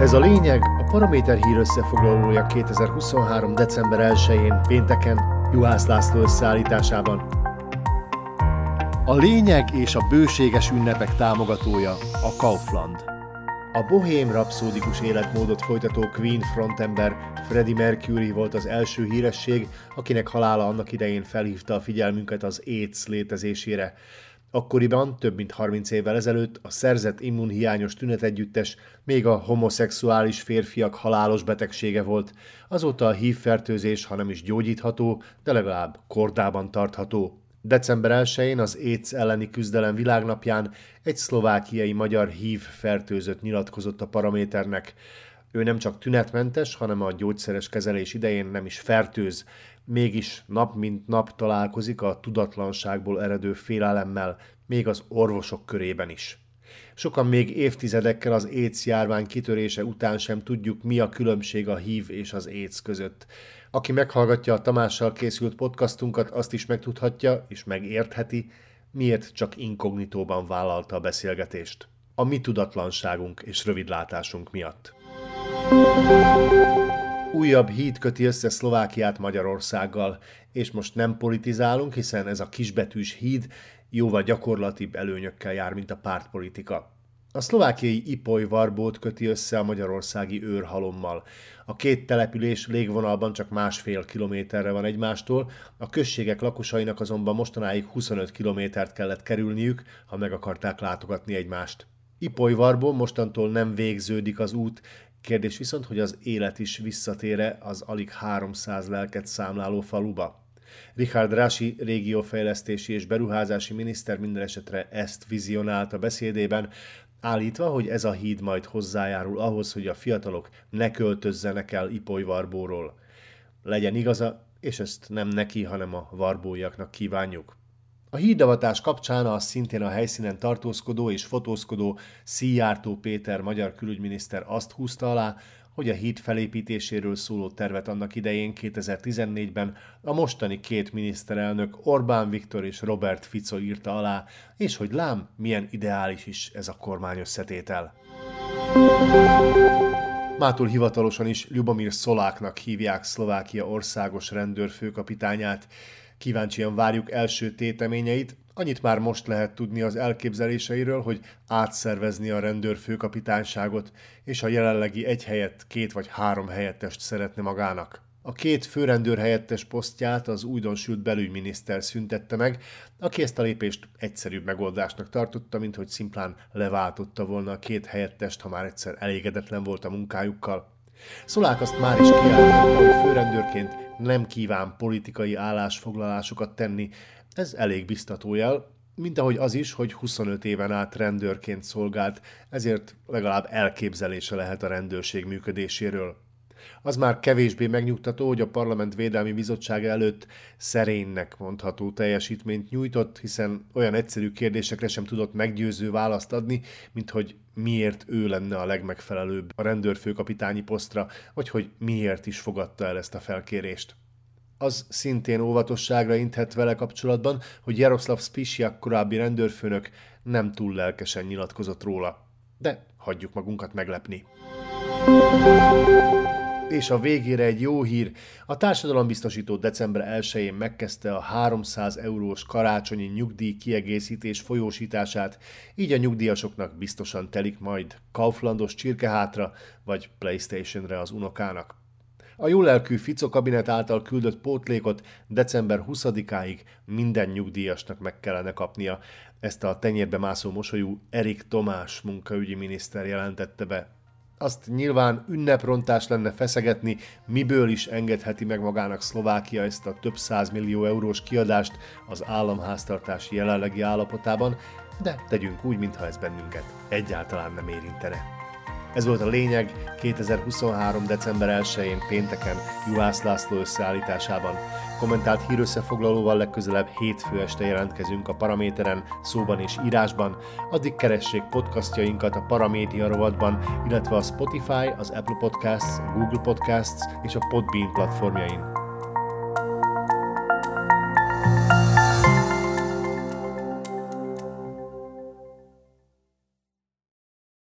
Ez a lényeg a Paraméter hír összefoglalója 2023. december 1-én pénteken Juhász László összeállításában. A lényeg és a bőséges ünnepek támogatója a Kaufland. A bohém rapszódikus életmódot folytató Queen frontember Freddie Mercury volt az első híresség, akinek halála annak idején felhívta a figyelmünket az AIDS létezésére. Akkoriban, több mint 30 évvel ezelőtt a szerzett immunhiányos tünetegyüttes még a homoszexuális férfiak halálos betegsége volt. Azóta a HIV-fertőzés, ha nem is gyógyítható, de legalább kordában tartható. December 1-én az AIDS elleni küzdelem világnapján egy szlovákiai magyar HIV-fertőzött nyilatkozott a Paraméternek. Ő nem csak tünetmentes, hanem a gyógyszeres kezelés idején nem is fertőz. Mégis nap mint nap találkozik a tudatlanságból eredő félelemmel, még az orvosok körében is. Sokan még évtizedekkel az AIDS járvány kitörése után sem tudjuk, mi a különbség a HIV és az AIDS között. Aki meghallgatja a Tamással készült podcastunkat, azt is megtudhatja és megértheti, miért csak inkognitóban vállalta a beszélgetést. A mi tudatlanságunk és rövidlátásunk miatt. Újabb híd köti össze Szlovákiát Magyarországgal, és most nem politizálunk, hiszen ez a kisbetűs híd jóval gyakorlatibb előnyökkel jár, mint a pártpolitika. A szlovákiai Ipoly-Varbót köti össze a magyarországi Őrhalommal. A két település légvonalban csak 1,5 kilométerre van egymástól, a községek lakosainak azonban mostanáig 25 kilométert kellett kerülniük, ha meg akarták látogatni egymást. Ipoly-Varbó mostantól nem végződik az út, kérdés viszont, hogy az élet is visszatér-e az alig 300 lelket számláló faluba. Richard Rasi régiófejlesztési és beruházási miniszter minden esetre ezt vizionálta beszédében, állítva, hogy ez a híd majd hozzájárul ahhoz, hogy a fiatalok ne költözzenek el Ipoly-Varbóról. Legyen igaza, és ezt nem neki, hanem a varbóiaknak kívánjuk. A hídavatás kapcsán a szintén a helyszínen tartózkodó és fotózkodó Szijjártó Péter magyar külügyminiszter azt húzta alá, hogy a híd felépítéséről szóló tervet annak idején 2014-ben a mostani két miniszterelnök Orbán Viktor és Robert Fico írta alá, és hogy lám, milyen ideális is ez a kormányösszetétel. Mától hivatalosan is Ljubomír Szoláknak hívják Szlovákia országos rendőrfőkapitányát. Kíváncsian várjuk első téteményeit, annyit már most lehet tudni az elképzeléseiről, hogy átszervezni a rendőrfőkapitányságot, és a jelenlegi egy helyett 2 vagy 3 helyettest szeretne magának. A 2 főrendőr helyettes posztját az újdonsült belügyminiszter szüntette meg, aki ezt a lépést egyszerűbb megoldásnak tartotta, mint hogy szimplán leváltotta volna a 2 helyettest, ha már egyszer elégedetlen volt a munkájukkal. Szolák azt már is kijelentette, hogy főrendőrként nem kíván politikai állásfoglalásokat tenni. Ez elég biztató jel, mint ahogy az is, hogy 25 éven át rendőrként szolgált, ezért legalább elképzelése lehet a rendőrség működéséről. Az már kevésbé megnyugtató, hogy a Parlament Védelmi Bizottsága előtt szerénynek mondható teljesítményt nyújtott, hiszen olyan egyszerű kérdésekre sem tudott meggyőző választ adni, mint hogy miért ő lenne a legmegfelelőbb a rendőrfőkapitányi posztra, vagy hogy miért is fogadta el ezt a felkérést. Az szintén óvatosságra inthet vele kapcsolatban, hogy Jaroszlav Spisiak korábbi rendőrfőnök nem túl lelkesen nyilatkozott róla. De hagyjuk magunkat meglepni. És a végére egy jó hír. A társadalombiztosító december 1-én megkezdte a 300 eurós karácsonyi nyugdíj kiegészítés folyósítását, így a nyugdíjasoknak biztosan telik majd Kauflandos csirkehátra vagy PlayStationre az unokának. A jólelkű Fico kabinet által küldött pótlékot december 20-áig minden nyugdíjasnak meg kellene kapnia. Ezt a tenyérbe mászó mosolyú Erik Tomás munkaügyi miniszter jelentette be. Azt nyilván ünneprontás lenne feszegetni, miből is engedheti meg magának Szlovákia ezt a több 100 millió eurós kiadást az államháztartás jelenlegi állapotában, de tegyünk úgy, mintha ez bennünket egyáltalán nem érintene. Ez volt a lényeg 2023. december 1-én pénteken Juhász László összeállításában. Kommentált hírösszefoglalóval legközelebb hétfő este jelentkezünk a Paraméteren, szóban és írásban. Addig keressék podcastjainkat a Paramédia rovatban, illetve a Spotify, az Apple Podcasts, a Google Podcasts és a Podbean platformjain.